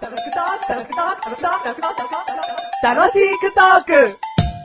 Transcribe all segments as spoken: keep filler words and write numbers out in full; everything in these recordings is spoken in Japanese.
楽しくトーク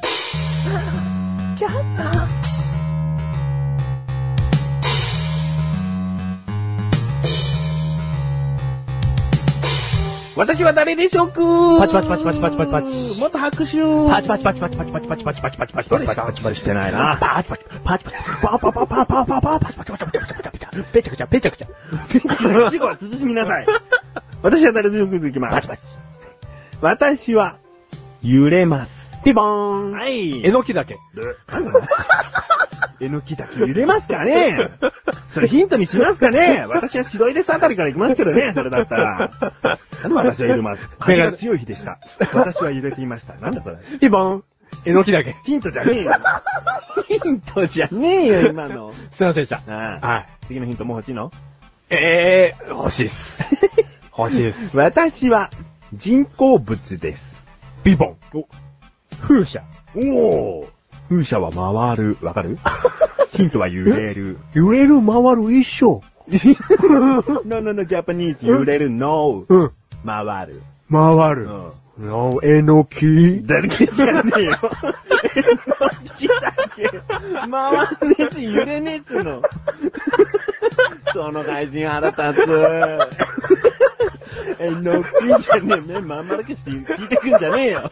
私は誰でしょうか。 パチパチパチパチパチパチパチ。 もっと拍手。 パチパチパチパチパチパチパチパチパチパチパチパチパチパチパチしてないな。パチパチパチパチパパパパパパパパチパチパチパチパチパチパチペチャクチャペチャクチャ。 死後は慎みなさい。私は誰でしょうか。いきます。 パチパチ。 私は揺れます。 ピボーン。 はい。 えのきだけ。 えのきだけ揺れますかね。それヒントにしますかね。私は白いですあたりから行きますけどね、それだったら。なんで私は揺れます。風が強い日でした。私は揺れていました。なんだそれ。 ピボーン。えのきだけ。 ヒントじゃねえよ。ヒントじゃねえよ、今の。 すいませんでした。 ああ、 はい。 次のヒントもう欲しいの？ えー、欲しいっす。欲しいです。 私は人工物です。 ピボン。お、風車。 おー。風車は回る。わかる？ヒントは揺れる。 揺れる、回る、一緒。 no, no, no, Japanese. 揺れる、no. うん。 回る。 回る。 うん。 の、えのき。 だけじゃねえよ。えのきだけ。回んねえし、揺れねえっつうの。その外人腹立つ。えのきじゃねえ。目まん丸くして聞いてくんじゃねえよ。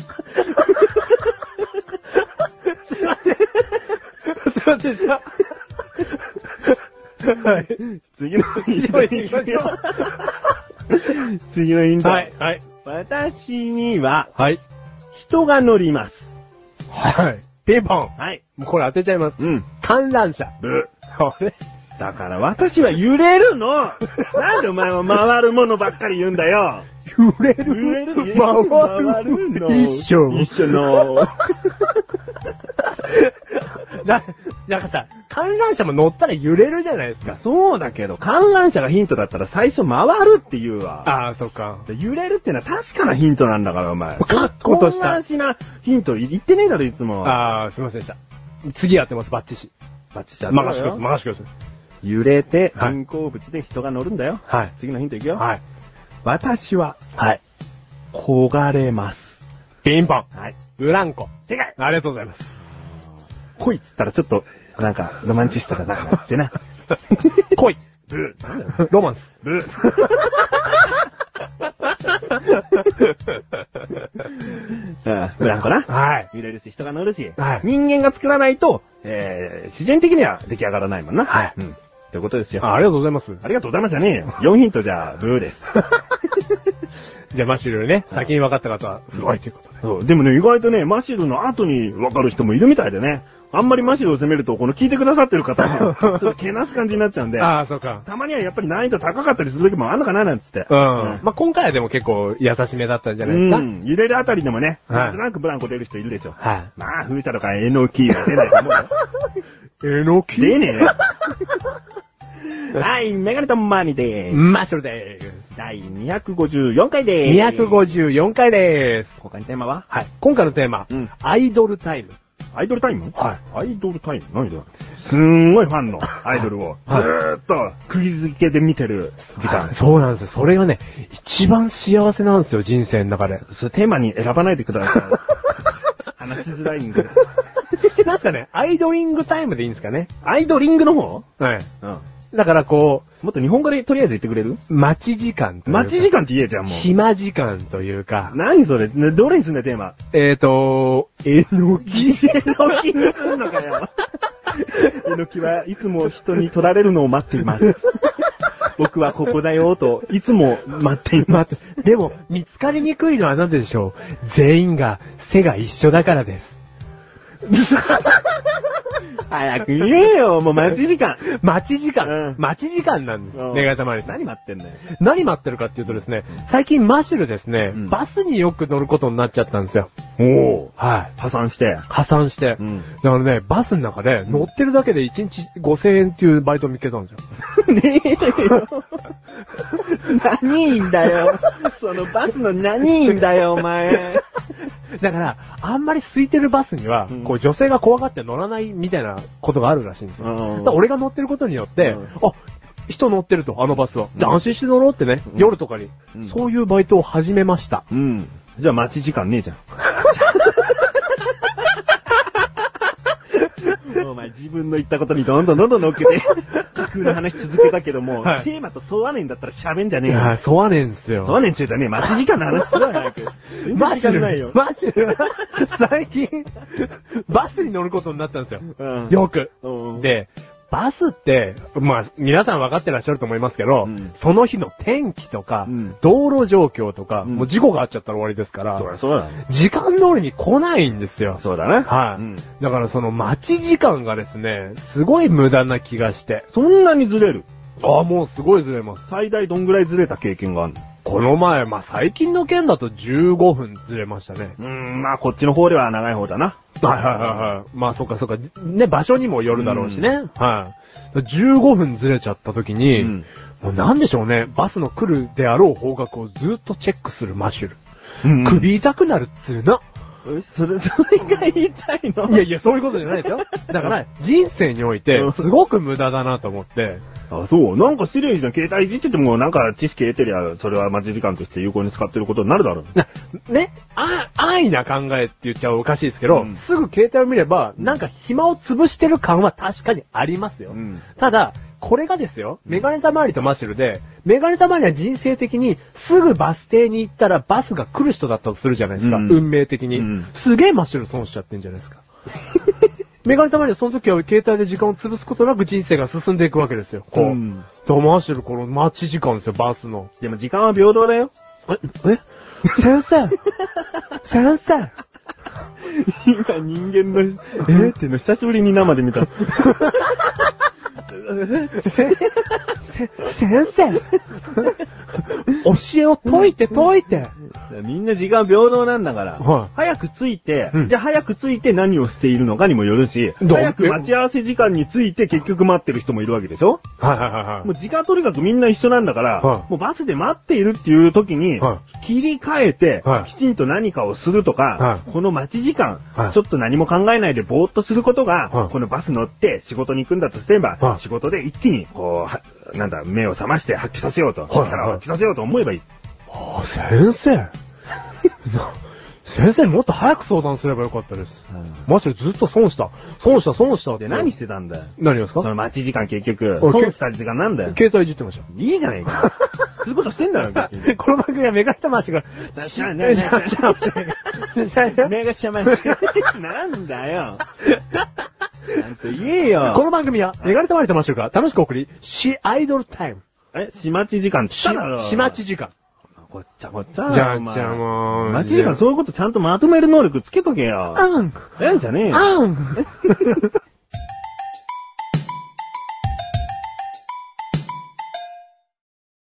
すいません。すいませんでした。はい。 次のヒントに行きましょう。次のヒント。 はい、はい。 私には、 はい。 人が乗ります。 はい。ピボン。 はい。 もうこれ当てちゃいます。 うん。 観覧車。 ブ。 あれだから私は揺れるの。なんでお前は回るものばっかり言うんだよ。 揺れる。 揺れる。 回る。 回るの。 一緒。 一緒の。 な、なんかさ、観覧車も乗ったら揺れるじゃないですか。 そうだけど、観覧車がヒントだったら最初回るって言うわ。 ああ、そっか。 揺れるってのは確かなヒントなんだから、お前。 かっことした。 こんなしなヒント言ってねえだろ、いつも。 ああ、すいませんでした。次やってます、バッチシ。 バッチシや任してください、任してください。 揺れて、 はい人工物で人が乗るんだよ。 はい。 次のヒントいくよ。 はい。 私は、 はい。 焦がれます。 ピンポン。 はい。 ブランコ。 正解。 ありがとうございます。 恋っつったらちょっと、なんか、ロマンチストだな、ってな。 恋。 ブー。なんだよ。 ロマンス。 ブー。ああブランコな。 はい。 揺れるし、人が乗るし。 はい。 人間が作らないと、えー、自然的には出来上がらないもんな。 はい。 うん。ということですよ。 あ、ありがとうございます。 ありがとうございますじゃねえよ。よんヒントじゃ、ブーです。 じゃあマシルね、先に分かった方は、すごいということで。 そう。でもね、意外とね、マシルの後に分かる人もいるみたいでね。あんまりマシルを責めると、この聞いてくださってる方が、ちょっとけなす感じになっちゃうんで。 ああ、そうか。 たまにはやっぱり難易度高かったりする時もあるのかななんつって。 うん。まあ、今回はでも結構優しめだったんじゃないですか。 うん。揺れるあたりでもね、 はいなんとなくブランコ出る人いるでしょ。 はい。 まあ、風車とかえのきは出ないと思うよ。 えのき出ねえよ。はい、メガネとマニでーす。 マシュルでーす。 だいにひゃくごじゅうよんかいでーす。 にひゃくごじゅうよんかいでーす。 他にテーマははい。今回のテーマ、 うん、 アイドルタイム。 アイドルタイムはい。 アイドルタイム何だすんごいファンのアイドルを、ずーっと釘付けで見てる時間、 はい。そうなんですよ。それがね、一番幸せなんですよ、人生の中で。 それテーマに選ばないでください。話しづらいんで。 なんかね、アイドリングタイムでいいんですかね。 アイドリングの方はい。 うん。 だからこう、もっと日本語でとりあえず言ってくれる待ち時間というか。 待ち時間って言えじゃん、もう。 暇時間というか。 何それねどれにすんだよ、テーマ。 えーと、えのき。 えのきにすんのかよ。えのきはいつも人に取られるのを待っています。僕はここだよと、いつも待っています。 でも、見つかりにくいのは何でしょう。全員が背が一緒だからです。 早く言えよ、もう待ち時間。 待ち時間、 うん、 待ち時間なんです。 うん、 メガネたまりさん。 何待ってんだよ。 何待ってるかっていうとですね、最近マシュルですね、うん、バスによく乗ることになっちゃったんですよ。 おー。 はい。 破産して。 破産して。うん。だからね、バスの中で乗ってるだけでいちにちごせんえんっていうバイトを見つけたんですよ。 ねえよ。何いいんだよ。そのバスの何いいんだよ、お前。 だから、あんまり空いてるバスには、うん、こう女性が怖がって乗らないみたいなことがあるらしいんですよ。うん、だから俺が乗ってることによって、うん、あ、 人乗ってると、あのバスは。じゃあ安心して乗ろうってね、 うん、 夜とかに、うん。そういうバイトを始めました。 うん。じゃあ待ち時間ねえじゃん。お前自分の言ったことにどんどんどんどん乗っけて、架空の話続けたけども、はい、テーマと沿わねえんだったら喋んじゃねえよ。いや、 沿わねえんすよ。 沿わねえんすよだね。待ち時間の話するわ、早く。 マジでないよ。マジで最近、バスに乗ることになったんですよ。うん、よく、うん。で、バスって、まあ、皆さん分かってらっしゃると思いますけど、うん、その日の天気とか、うん、道路状況とか、うん、もう事故があっちゃったら終わりですから、 そうだそうだ、ね、 時間通りに来ないんですよ。 そうだね。 はい、うん。だからその待ち時間がですね、すごい無駄な気がして。 そんなにずれる？ ああ、もうすごいずれます。 最大どんぐらいずれた経験があるの？ この前、まあ、最近の件だとじゅうごふんずれましたね。 うーん、まあ、こっちの方では長い方だな。 はいはいはいはい。まあ、そっかそっか。ね、場所にもよるだろうしね。はい。じゅうごふんずれちゃった時に、うん、もうなんでしょうね、バスの来るであろう方角をずっとチェックするマシュル。うんうん、首痛くなるっつうの。 え、それ、それが言いたいの？ いやいや、そういうことじゃないですよ。だから、人生において、すごく無駄だなと思って。 あ、そう。なんか失礼じゃん。携帯いじってても、なんか知識得てりゃ、それは待ち時間として有効に使ってることになるだろう。ね、あ、安易な考えって言っちゃおかしいですけど、うん、すぐ携帯を見れば、なんか暇を潰してる感は確かにありますよ。うん、ただ、これがですよ、メガネたまわりとマシュルで、メガネたまわりは人生的にすぐバス停に行ったらバスが来る人だったとするじゃないですか。うん、運命的に、うん。すげえマシュル損しちゃってんじゃないですか。メガネたまわりはその時は携帯で時間を潰すことなく人生が進んでいくわけですよ。こう。うん、とマシュルこの待ち時間ですよ、バスの。 でも時間は平等だよ。 え、え先生先生今人間の、えー、っていうの久しぶりに生で見た。 せ、せ、先生教えを解いて解いて。 みんな時間平等なんだから。はい、早く着いて、うん、じゃあ早く着いて何をしているのかにもよるし、早く待ち合わせ時間に着いて結局待ってる人もいるわけでしょ？ はいはいはいはい。 もう時間とにかくみんな一緒なんだから、はい、もうバスで待っているっていう時に、はい、切り替えて、はい、きちんと何かをするとか、はい、この待ち時間、はい、ちょっと何も考えないでぼーっとすることが、はい、このバス乗って仕事に行くんだとすれば、はい、仕事で一気にこう、なんだ、目を覚まして発揮させようと、はい、力を発揮させようと思えばいい。 ああ、先生。先生もっと早く相談すればよかったです。うん、マジでずっと損した。損した損したって。 何してたんだよ。 何ですか？ その待ち時間結局。損した時間なんだよ。 携帯いじってました。 いいじゃねえか。そういうことしてんだろ、 この番組はメガネ魂が。 しゃ、な、しゃ、しゃ、メガシャマン。なんだよ。ちゃんと言えよ。 この番組はメガネ魂魂が楽しく送り、シアイドルタイム。 え、し待ち時間って言っただろ。 し待ち時間。 こっちゃこっちゃ。 じゃあ、じゃあもう。 待ち時間そういうことちゃんとまとめる能力つけとけよ。 うん。 えんじゃねえよ。 うん。